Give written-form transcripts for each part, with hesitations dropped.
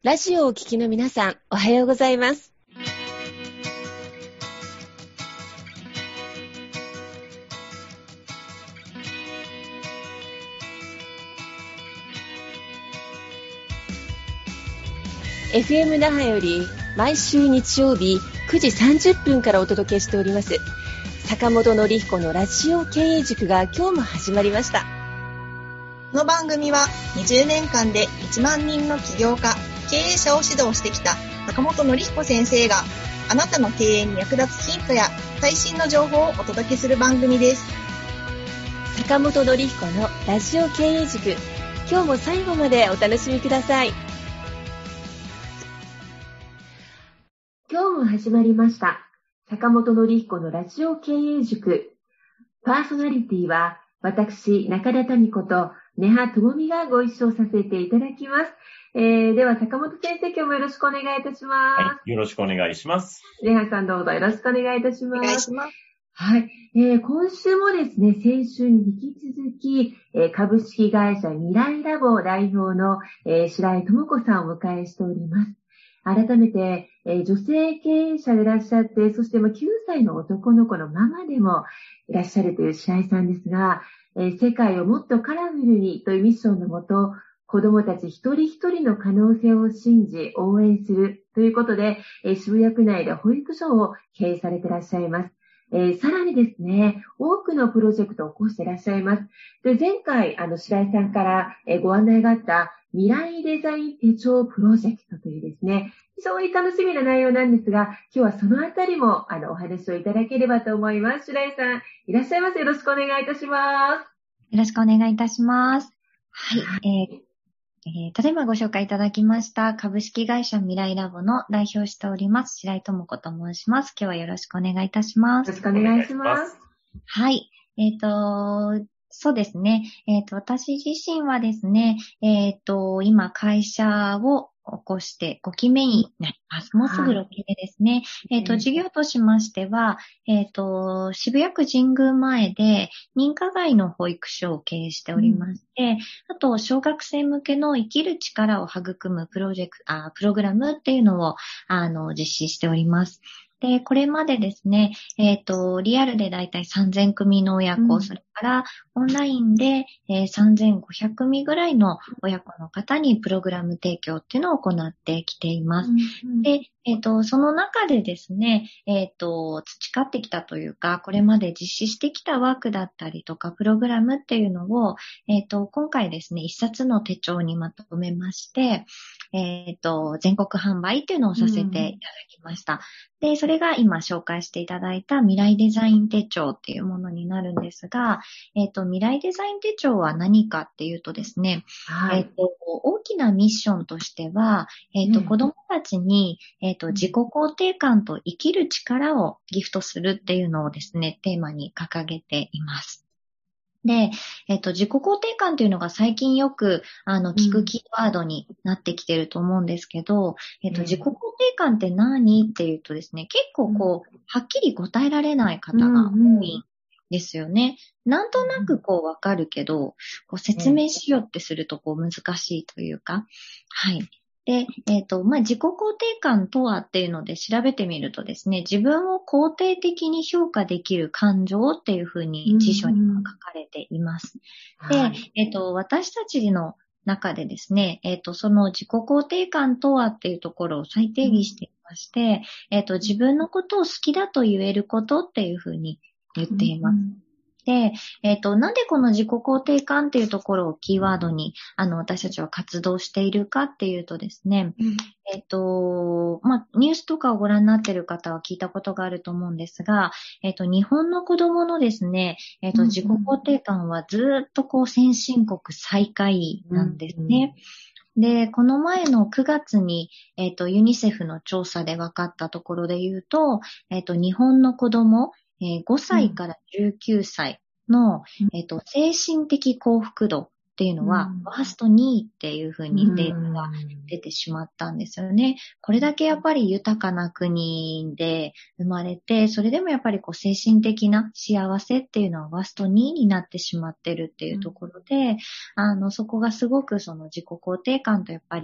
ラジオをお聞きの皆さん、おはようございます。FM 那覇より毎週日曜日9時30分からお届けしております坂本典彦のラジオ経営塾が今日も始まりました。 この番組は20年間で1万人の起業家、経営者を指導してきた坂本典彦先生があなたの経営に役立つヒントや最新の情報をお届けする番組です。 坂本典彦のラジオ経営塾、今日も最後までお楽しみください。今日も始まりました坂本典彦のラジオ経営塾。パーソナリティは私中田民子と根葉智美がご一緒させていただきます。では坂本先生、今日もよろしくお願いいたします。 はい、よろしくお願いします。 根葉さん、どうぞよろしくお願いいたします。 お願いします。 はい、今週もですね、先週に引き続き、株式会社未来ラボ代表の、白井智子さんをお迎えしております。改めて、女性経営者でいらっしゃって、そして9歳の男の子のママでもいらっしゃるという白井さんですが、世界をもっとカラフルにというミッションのもと、子どもたち一人一人の可能性を信じ応援するということで、渋谷区内で保育所を経営されていらっしゃいます。さらにですね、多くのプロジェクトを起こしていらっしゃいます。で、前回、白井さんから、ご案内があった未来デザイン手帳プロジェクトというですね、非常に楽しみな内容なんですが、今日はそのあたりもお話をいただければと思います。白井さん、いらっしゃいませ。よろしくお願いいたします。 よろしくお願いいたします。はい。ただいまご紹介いただきました株式会社未来ラボの代表をしております白井智子と申します。今日はよろしくお願いいたします。 よろしくお願いします。 はい。そうですね。私自身はですね、今会社を起こして5期目になります。もうすぐ6期目ですね。事業としましては、渋谷区神宮前で認可外の保育所を経営しておりまして、あと、小学生向けの生きる力を育むプログラムっていうのを、実施しております。で、これまでですね、リアルでだいたい3000組の親子、それからオンラインで、3500組ぐらいの親子の方にプログラム提供っていうのを行ってきています。で、その中でですね、培ってきたというか、これまで実施してきたワークだったりとか、プログラムっていうのを、今回ですね、一冊の手帳にまとめまして、全国販売っていうのをさせていただきました。で、それが今紹介していただいた未来デザイン手帳っていうものになるんですが、未来デザイン手帳は何かっていうとですね、大きなミッションとしては、子供たちに、自己肯定感と生きる力をギフトするっていうのをですね、テーマに掲げています。で、自己肯定感というのが最近よく、聞くキーワードになってきてると思うんですけど、自己肯定感って何っていうとですね、結構はっきり答えられない方が多いんですよね。なんとなくわかるけど、説明しようってすると難しいというか、はい。で、自己肯定感とはっていうので調べてみるとですね、自分を肯定的に評価できる感情っていうふうに辞書には書かれています。で、私たちの中でですね、その自己肯定感とはっていうところを再定義していまして、自分のことを好きだと言えることっていうふうに言っています。で、なんでこの自己肯定感っていうところをキーワードに、私たちは活動しているかっていうとですね、ニュースとかをご覧になっている方は聞いたことがあると思うんですが、日本の子供のですね、自己肯定感はずっと先進国最下位なんですね。で、この前の9月に、ユニセフの調査で分かったところで言うと、日本の子供、5歳から19歳の、精神的幸福度っていうのは、ワースト2位っていうふうにデータが出てしまったんですよね。これだけやっぱり豊かな国で生まれて、それでもやっぱり精神的な幸せっていうのはワースト2位になってしまってるっていうところで、そこがすごくその自己肯定感とやっぱり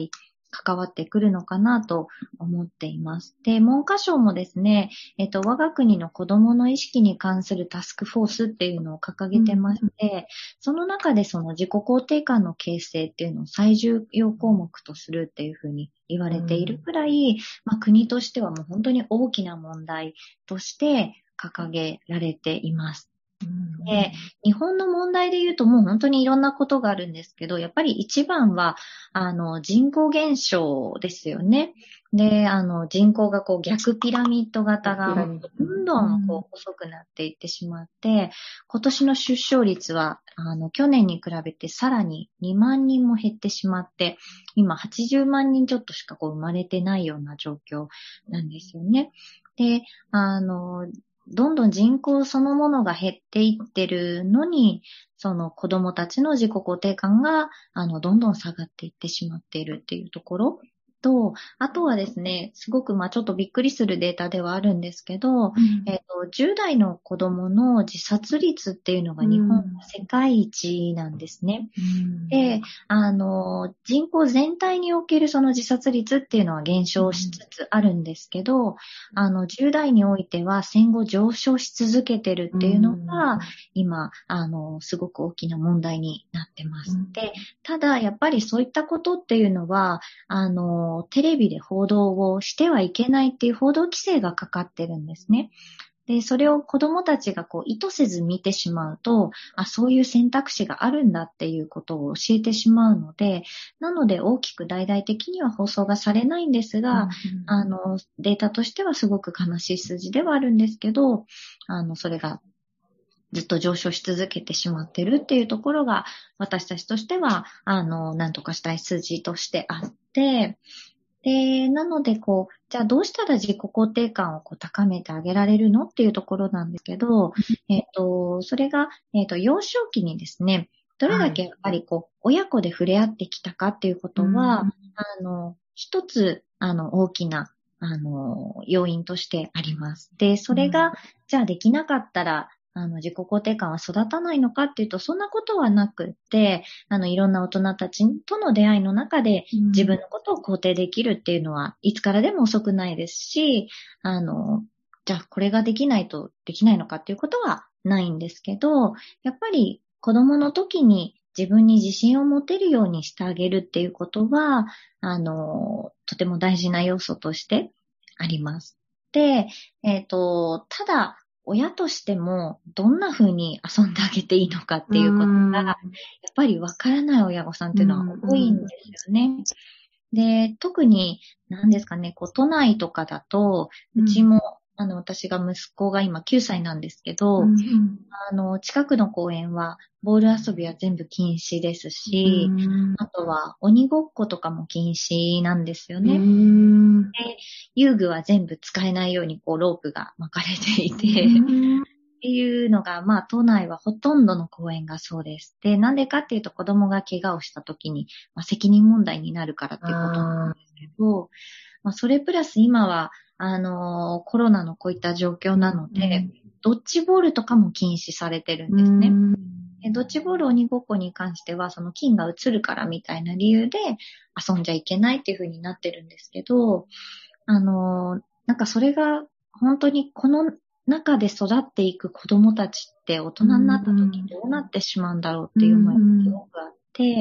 関わってくるのかなと思っています。で、文科省もですね、我が国の子どもの意識に関するタスクフォースっていうのを掲げてまして、その中でその自己肯定感の形成っていうのを最重要項目とするっていうふうに言われているくらい、国としてはもう本当に大きな問題として掲げられています。で、日本の問題で言うともう本当にいろんなことがあるんですけど、やっぱり一番は、人口減少ですよね。で、人口が逆ピラミッド型がどんどん細くなっていってしまって、今年の出生率は、去年に比べてさらに2万人も減ってしまって、今80万人ちょっとしか生まれてないような状況なんですよね。で、どんどん人口そのものが減っていってるのに、その子供たちの自己肯定感が、どんどん下がっていってしまっているっていうところと、あとはですね、すごくちょっとびっくりするデータではあるんですけど、10代の子供の自殺率っていうのが日本は世界一なんですね。で、人口全体におけるその自殺率っていうのは減少しつつあるんですけど、10代においては戦後上昇し続けてるっていうのが、今、すごく大きな問題になってます。で、ただ、やっぱりそういったことっていうのは、テレビで報道をしてはいけないっていう報道規制がかかってるんですね。で、それを子供たちが意図せず見てしまうと、そういう選択肢があるんだっていうことを教えてしまうので、なので大きく大々的には放送がされないんですが、データとしてはすごく悲しい数字ではあるんですけど、それがずっと上昇し続けてしまってるっていうところが、私たちとしては、なんとかしたい数字としてあって、で、なので、じゃあどうしたら自己肯定感を高めてあげられるのっていうところなんですけど、それが、幼少期にですね、どれだけやっぱり親子で触れ合ってきたかっていうことは、一つ、大きな、要因としてあります。で、それが、じゃあできなかったら、自己肯定感は育たないのかっていうと、そんなことはなくって、いろんな大人たちとの出会いの中で、自分のことを肯定できるっていうのは、いつからでも遅くないですし、じゃあこれができないとできないのかっていうことはないんですけど、やっぱり子供の時に自分に自信を持てるようにしてあげるっていうことは、とても大事な要素としてあります。で、ただ、親としてもどんな風に遊んであげていいのかっていうことが、やっぱりわからない親御さんっていうのは多いんですよね。で、特に、何ですかね、都内とかだと、うちも、私が息子が今9歳なんですけど、近くの公園は、ボール遊びは全部禁止ですし、あとは、鬼ごっことかも禁止なんですよね。で、遊具は全部使えないように、ロープが巻かれていて、っていうのが、都内はほとんどの公園がそうです。で、なんでかっていうと、子供が怪我をした時に、責任問題になるからっていうことなんですけど、それプラス今は、コロナのこういった状況なので、ドッジボールとかも禁止されてるんですね。ドッジボール鬼ごっこに関しては、その菌が移るからみたいな理由で遊んじゃいけないっていう風になってるんですけど、なんかそれが本当にこの中で育っていく子供たちって大人になった時どうなってしまうんだろうっていう思いがすごくあって、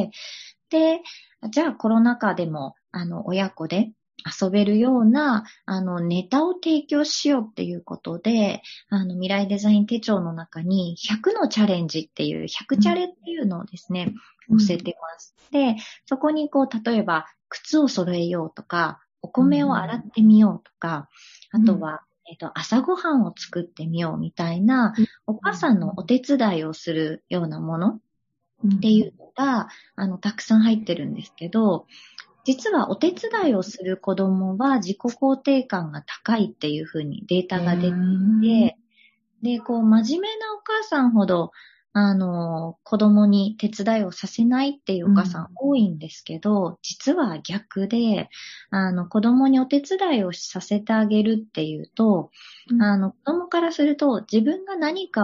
で、じゃあコロナ禍でも親子で遊べるような、ネタを提供しようっていうことで、未来デザイン手帳の中に100のチャレンジっていう、100チャレっていうのをですね、載せてます。で、そこに例えば、靴を揃えようとか、お米を洗ってみようとか、あとは、朝ごはんを作ってみようみたいな、お母さんのお手伝いをするようなものっていうのが、たくさん入ってるんですけど、実はお手伝いをする子供は自己肯定感が高いっていうふうにデータが出ていて、で、真面目なお母さんほど、子供に手伝いをさせないっていうお母さん多いんですけど、実は逆で、子供にお手伝いをさせてあげるっていうと、子供からすると自分が何かを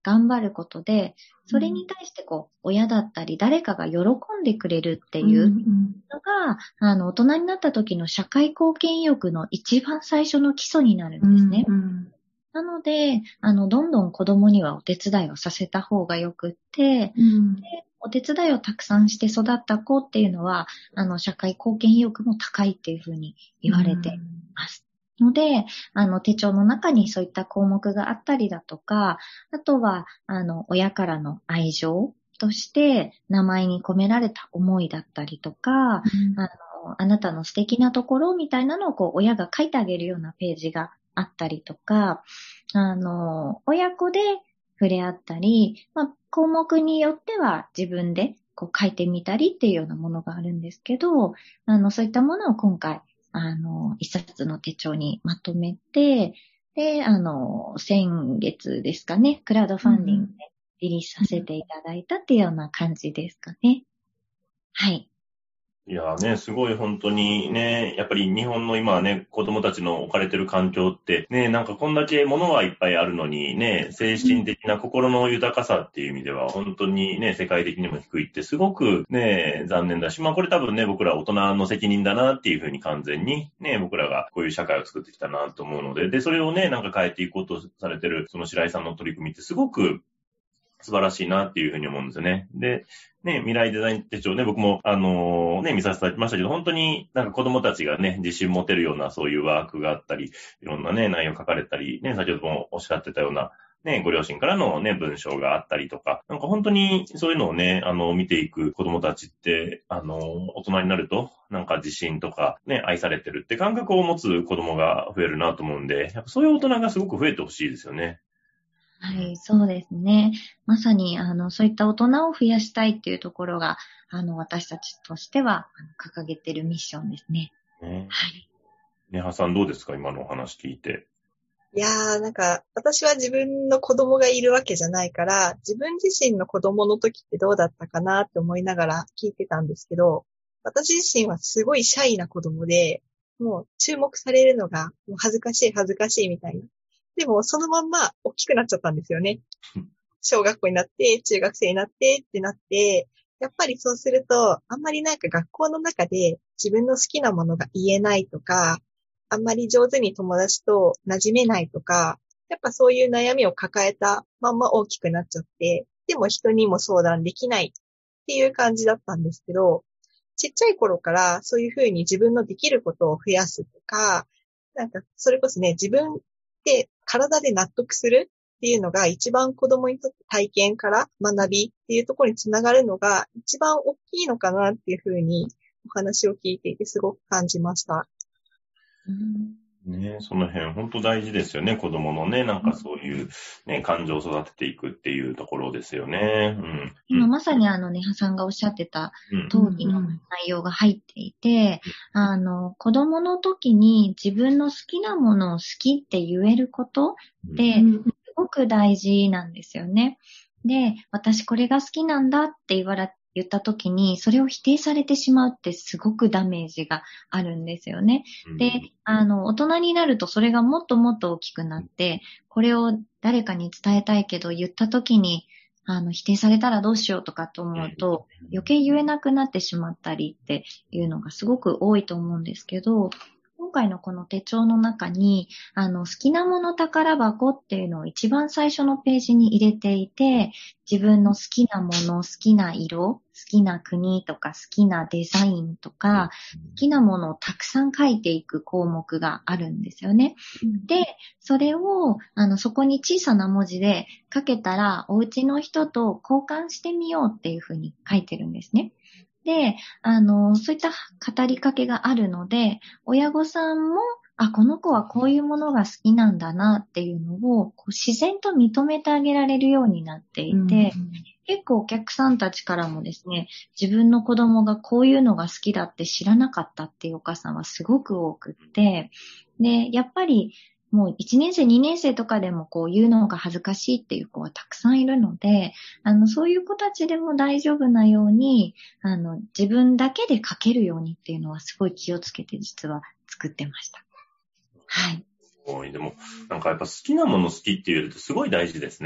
頑張ることで、それに対して親だったり誰かが喜んでくれるっていうのが、大人になった時の社会貢献意欲の一番最初の基礎になるんですね。なので、どんどん子供にはお手伝いをさせた方がよくって、でお手伝いをたくさんして育った子っていうのは、社会貢献意欲も高いっていうふうに言われています。ので、手帳の中にそういった項目があったりだとか、あとは、親からの愛情として、名前に込められた思いだったりとか、あなたの素敵なところみたいなのを親が書いてあげるようなページがあったりとか、親子で触れ合ったり、項目によっては自分で書いてみたりっていうようなものがあるんですけど、そういったものを今回、一冊の手帳にまとめて、で、先月ですかね、クラウドファンディングでリリースさせていただいたっていうような感じですかね。はい。 いやね、すごい本当にね、やっぱり日本の今はね、子供たちの置かれてる環境ってね、なんかこんだけ物はいっぱいあるのにね、精神的な心の豊かさっていう意味では本当にね、世界的にも低いってすごくね、残念だし、これ多分ね、僕ら大人の責任だなっていうふうに完全にね、僕らがこういう社会を作ってきたなと思うので、で、それをね、なんか変えていこうとされてるその白井さんの取り組みってすごく素晴らしいなっていうふうに思うんですよね。で、ね、未来デザイン手帳ね、僕も見させていただきましたけど、本当になんか子供たちがね、自信持てるようなそういうワークがあったり、いろんなね、内容書かれたり、ね、先ほどもおっしゃってたような、ね、ご両親からのね、文章があったりとか、なんか本当にそういうのをね、見ていく子供たちって、大人になると、なんか自信とかね、愛されてるって感覚を持つ子供が増えるなと思うんで、やっぱそういう大人がすごく増えてほしいですよね。 はい、そうですね。まさに、そういった大人を増やしたいっていうところが、私たちとしては、掲げているミッションですね。 ね、 はい。 ねはさんどうですか今のお話聞いて。 いやー、なんか、私は自分の子供がいるわけじゃないから、自分自身の子供の時ってどうだったかなって思いながら聞いてたんですけど、私自身はすごいシャイな子供で、もう注目されるのがもう恥ずかしいみたいな。でも、そのまんま大きくなっちゃったんですよね。小学校になって、中学生になってってなって、やっぱりそうすると、あんまりなんか学校の中で自分の好きなものが言えないとか、あんまり上手に友達と馴染めないとか、やっぱそういう悩みを抱えたまんま大きくなっちゃって、でも人にも相談できないっていう感じだったんですけど、ちっちゃい頃からそういうふうに自分のできることを増やすとか、なんかそれこそね、自分で体で納得するっていうのが一番子供にとって体験から学びっていうところにつながるのが一番大きいのかなっていうふうにお話を聞いていてすごく感じました。 ね、その辺本当大事ですよね。子供のね、なんかそういうね、感情を育てていくっていうところですよね。 今まさにネハさんがおっしゃってた通りの内容が入っていて、子供の時に自分の好きなものを好きって言えることってすごく大事なんですよね。で、私これが好きなんだって言った時に、それを否定されてしまうってすごくダメージがあるんですよね。で、大人になるとそれがもっともっと大きくなって、これを誰かに伝えたいけど言った時に、否定されたらどうしようとかと思うと、余計言えなくなってしまったりっていうのがすごく多いと思うんですけど、今回のこの手帳の中に、好きなもの宝箱っていうのを一番最初のページに入れていて、自分の好きなもの、好きな色、好きな国とか好きなデザインとか、好きなものをたくさん書いていく項目があるんですよね。で、それを、そこに小さな文字で書けたら、お家の人と交換してみようっていうふうに書いてるんですね。で、そういった語りかけがあるので、親御さんも、この子はこういうものが好きなんだなっていうのを自然と認めてあげられるようになっていて、結構お客さんたちからもですね、自分の子供がこういうのが好きだって知らなかったっていうお母さんはすごく多くって、で、やっぱりもう1年生、2年生とかでも言うのが恥ずかしいっていう子はたくさんいるので、そういう子たちでも大丈夫なように、自分だけで書けるようにっていうのはすごい気をつけて実は作ってました。はい。 でも、なんかやっぱ好きなもの好きって言えるとすごい大事ですね。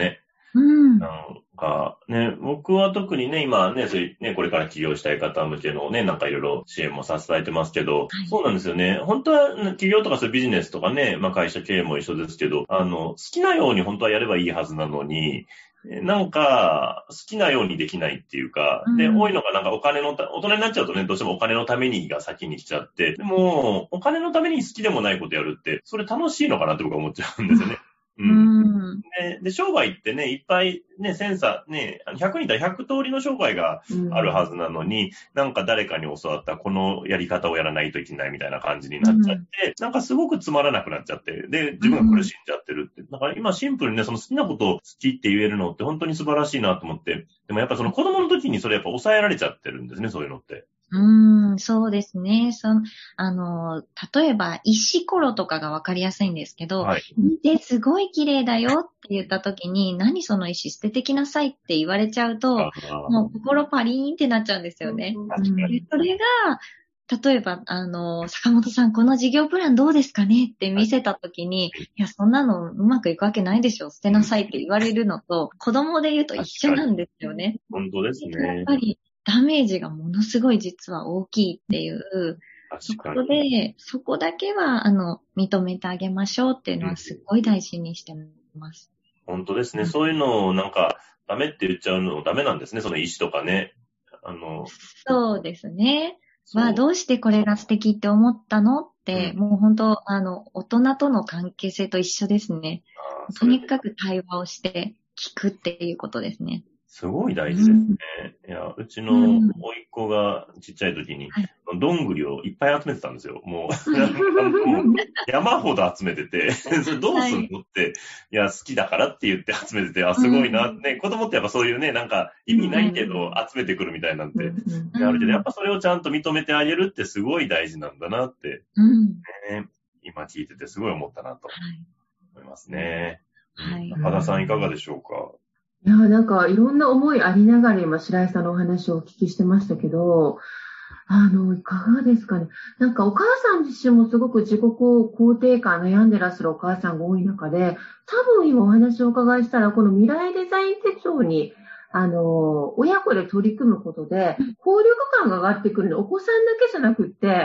なんかね、僕は特にね、今ね、そういうね、これから起業したい方向けのね、なんかいろいろ支援もさせていただいてますけど、そうなんですよね。本当は、起業とかそういうビジネスとかね、会社経営も一緒ですけど、好きなように本当はやればいいはずなのに、なんか、好きなようにできないっていうか、で、多いのがなんか大人になっちゃうとね、どうしてもお金のためにが先に来ちゃって、でも、お金のために好きでもないことやるって、それ楽しいのかなって僕は思っちゃうんですよね。で、商売ってね、いっぱいね、センサー、ね、100人いたら100通りの商売があるはずなのに、なんか誰かに教わったこのやり方をやらないといけないみたいな感じになっちゃって、なんかすごくつまらなくなっちゃって、で、自分が苦しんじゃってるって。だから今シンプルにね、その好きなことを好きって言えるのって本当に素晴らしいなと思って、でもやっぱその子供の時にそれやっぱ抑えられちゃってるんですね、そういうのって。 そうですね。例えば、石ころとかがわかりやすいんですけど、 はい。 すごい綺麗だよって言った時に、何その石捨ててきなさいって言われちゃうと、もう心パリーンってなっちゃうんですよね。でそれが、例えば、坂本さん、この事業プランどうですかねって見せたときに、いや、そんなのうまくいくわけないでしょ、捨てなさいって言われるのと、子供で言うと一緒なんですよね。 本当ですね。 やっぱり、ダメージがものすごい実は大きいっていうところで、そこだけは、認めてあげましょうっていうのはすごい大事にしてます。 本当ですね。そういうのをなんか、ダメって言っちゃうのダメなんですね、その意思とかね。 そうですね。どうしてこれが素敵って思ったのって、もう本当、大人との関係性と一緒ですね。とにかく対話をして聞くっていうことですね。 すごい大事ですね。いや、うちの甥っ子がちっちゃい時に、どんぐりをいっぱい集めてたんですよ。もう山ほど集めてて、それどうするのって、いや、好きだからって言って集めてて、すごいな。ね、子供ってやっぱそういうね、なんか意味ないけど集めてくるみたいなんて、あるけど、やっぱそれをちゃんと認めてあげるってすごい大事なんだなって、今聞いててすごい思ったなと思いますね。中田さんいかがでしょうか？ いや、なんかいろんな思いありながら今、白井さんのお話をお聞きしてましたけど、いかがですかね。なんかお母さん自身もすごく自己肯定感悩んでらっしゃるお母さんが多い中で、多分今お話をお伺いしたら、この未来デザイン手帳に、親子で取り組むことで、効力感が上がってくるの、お子さんだけじゃなくって、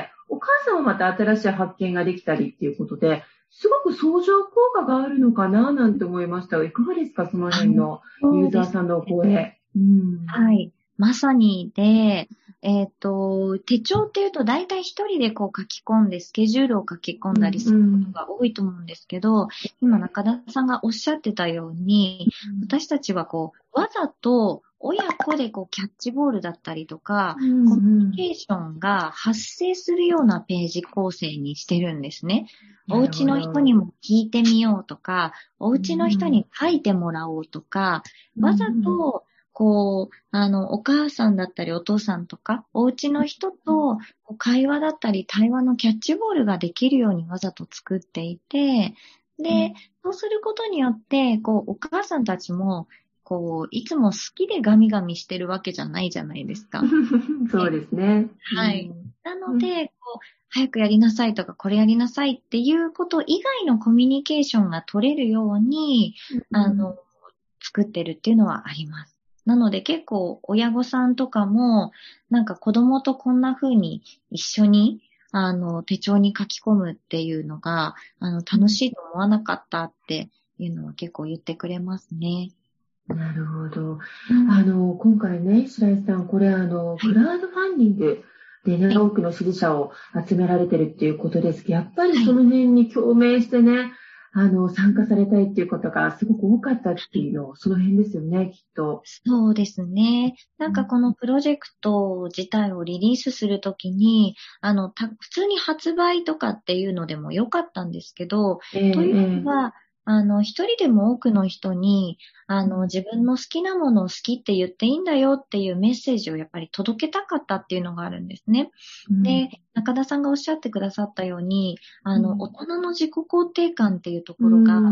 お母さんもまた新しい発見ができたりっていうことで、すごく相乗効果があるのかななんて思いましたが、いかがですか、その辺のユーザーさんのお声。 はい。まさにで、手帳っていうと大体一人でこう書き込んでスケジュールを書き込んだりすることが多いと思うんですけど、今中田さんがおっしゃってたように、私たちはこう、わざと親子でこうキャッチボールだったりとか、コミュニケーションが発生するようなページ構成にしてるんですね。お家の人にも聞いてみようとか、お家の人に書いてもらおうとか、わざとこう、お母さんだったりお父さんとか、お家の人と会話だったり対話のキャッチボールができるようにわざと作っていて、で、そうすることによって、こう、お母さんたちも、こう、いつも好きでガミガミしてるわけじゃないじゃないですか。 そうですね。 はい。なので、こう、早くやりなさいとか、これやりなさいっていうこと以外のコミュニケーションが取れるように、作ってるっていうのはあります。なので結構親御さんとかも、なんか子供とこんな風に一緒に、手帳に書き込むっていうのが、楽しいと思わなかったっていうのは結構言ってくれますね。 なるほど。今回ね、白井さん、これクラウドファンディングでね、多くの支持者を集められてるっていうことですけど、やっぱりその辺に共鳴してね、参加されたいっていう方がすごく多かったっていうの、その辺ですよね、きっと。 そうですね。なんかこのプロジェクト自体をリリースするときに、普通に発売とかっていうのでもよかったんですけど、というのは、一人でも多くの人に、自分の好きなものを好きって言っていいんだよっていうメッセージをやっぱり届けたかったっていうのがあるんですね。で、中田さんがおっしゃってくださったように、大人の自己肯定感っていうところが、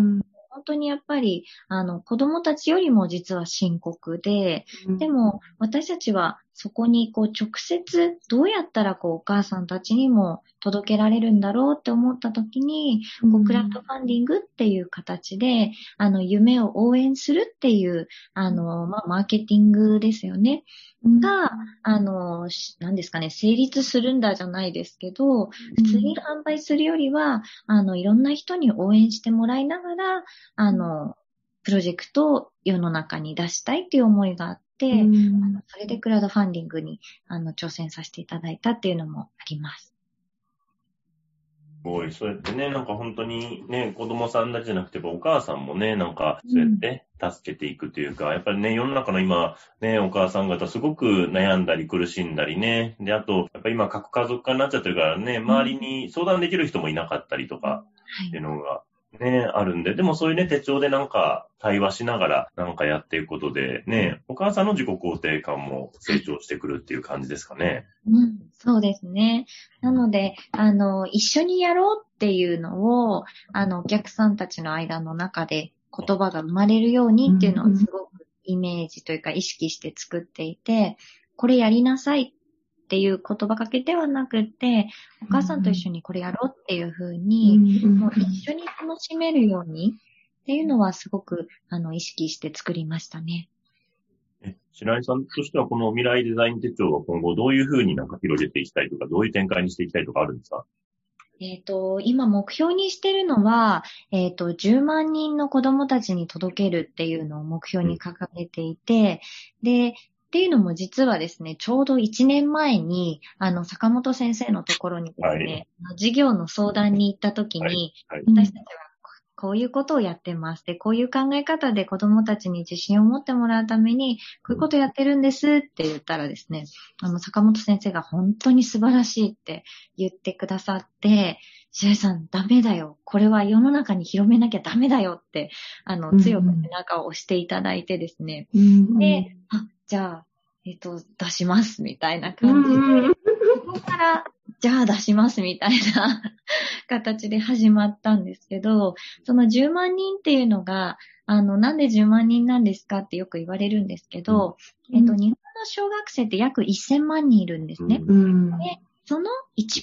本当にやっぱり、子供たちよりも実は深刻で、でも、私たちはそこに直接どうやったらお母さんたちにも届けられるんだろうって思った時に、クラウドファンディングっていう形で、夢を応援するっていう、マーケティングですよね。が、何ですかね、成立するんだじゃないですけど、普通に販売するよりは、いろんな人に応援してもらいながら、プロジェクトを世の中に出したいっていう思いがあって、それでクラウドファンディングに、挑戦させていただいたっていうのもあります。 すごい。そうやってね、なんか本当にね、子供さんだけじゃなくて、お母さんもね、なんかそうやって助けていくというか、やっぱりね、世の中の今、ね、お母さん方すごく悩んだり苦しんだりね。で、あと、やっぱり今核家族化になっちゃってるからね、周りに相談できる人もいなかったりとか、っていうのがね、あるんで、でもそういうね、手帳でなんか対話しながらなんかやっていくことで、ね、お母さんの自己肯定感も成長してくるっていう感じですかね。 そうですね。なので、一緒にやろうっていうのを、お客さんたちの間の中で言葉が生まれるようにっていうのをすごくイメージというか意識して作っていて、これやりなさいっていう言葉かけではなくて、お母さんと一緒にこれやろうっていう風に、もう一緒に楽しめるようにっていうのはすごく、意識して作りましたね。 白井さんとしてはこの未来デザイン手帳は今後どういう風になんか広げていきたいとか、どういう展開にしていきたいとかあるんですか？ 今目標にしてるのは、10万人の子供たちに届けるっていうのを目標に掲げていて、で、っていうのも実はですね、ちょうど1年前に、坂本先生のところにですね、授業の相談に行った時に、私たちはこういうことをやってます。で、こういう考え方で子供たちに自信を持ってもらうために、こういうことやってるんですって言ったらですね、坂本先生が本当に素晴らしいって言ってくださって、白井さんダメだよ。これは世の中に広めなきゃダメだよって、強く背中を押していただいてですね。で、じゃあ、出しますみたいな感じで、そこから、じゃあ出しますみたいな形で始まったんですけど、その10万人っていうのが、なんで10万人なんですかってよく言われるんですけど、日本の小学生って約1000万人いるんですね。で、その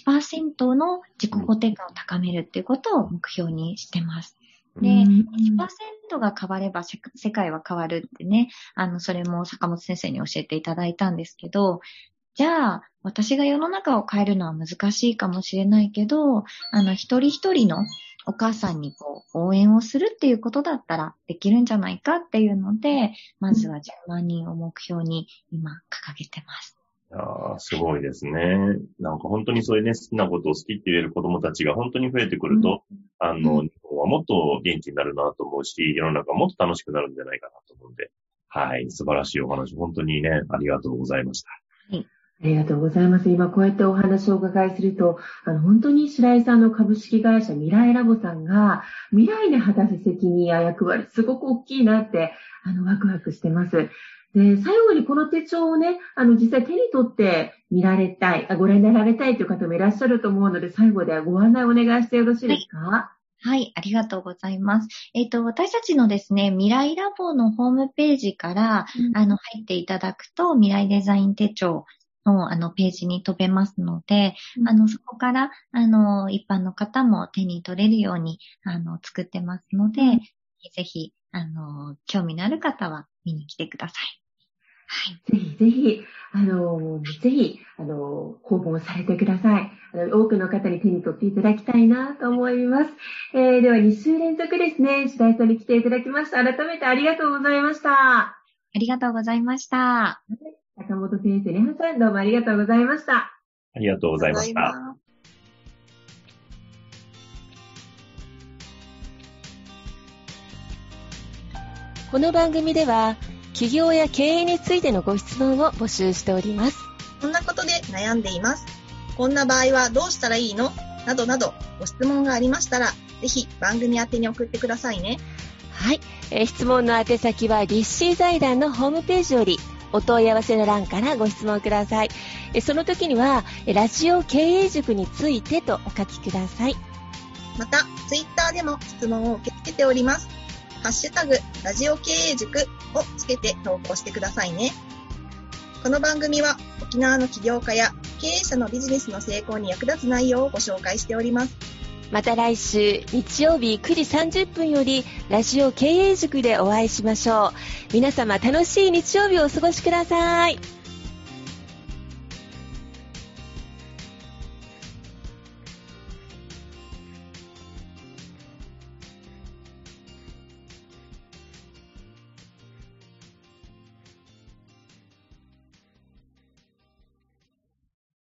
1% の自己肯定感を高めるっていうことを目標にしてます。で、1% が変われば世界は変わるってね、それも坂本先生に教えていただいたんですけど、じゃあ、私が世の中を変えるのは難しいかもしれないけど、一人一人のお母さんに応援をするっていうことだったらできるんじゃないかっていうので、まずは10万人を目標に今掲げてます。 すごいですね。なんか本当にそういうね、好きなことを好きって言える子供たちが本当に増えてくると、日本はもっと元気になるなと思うし、世の中はもっと楽しくなるんじゃないかなと思うんで、はい、素晴らしいお話、本当にね、ありがとうございました。 ありがとうございます。今こうやってお話をお伺いすると、本当に白井さんの株式会社未来ラボさんが未来で果たす責任や役割すごく大きいなってワクワクしてます。で、最後にこの手帳をね、実際手に取って見られたい、ご覧になられたいという方もいらっしゃると思うので、最後ではご案内お願いしてよろしいですか？ はい、ありがとうございます。私たちのですね、未来ラボのホームページから、入っていただくと、未来デザイン手帳のページに飛べますので、そこから、一般の方も手に取れるように、作ってますので、ぜひ、興味のある方は見に来てください。 はい。ぜひぜひ、訪問されてください。多くの方に手に取っていただきたいなと思います。では2週連続ですね、白井さんに来ていただきました。改めてありがとうございました。 ありがとうございました。 坂本先生、ねはさん、どうもありがとうございました。 ありがとうございました。 この番組では、起業や経営についてのご質問を募集しております。 こんなことで悩んでいます。こんな場合はどうしたらいいの？などなど、ご質問がありましたら、ぜひ番組宛てに送ってくださいね。 はい。質問の宛先は、立志財団のホームページより、お問い合わせの欄からご質問ください。その時には、ラジオ経営塾についてとお書きください。 また、ツイッターでも質問を受け付けております。 ハッシュタグラジオ経営塾をつけて投稿してくださいね。この番組は沖縄の起業家や経営者のビジネスの成功に役立つ内容をご紹介しております。 また来週日曜日9時30分よりラジオ経営塾でお会いしましょう。皆様楽しい日曜日をお過ごしください。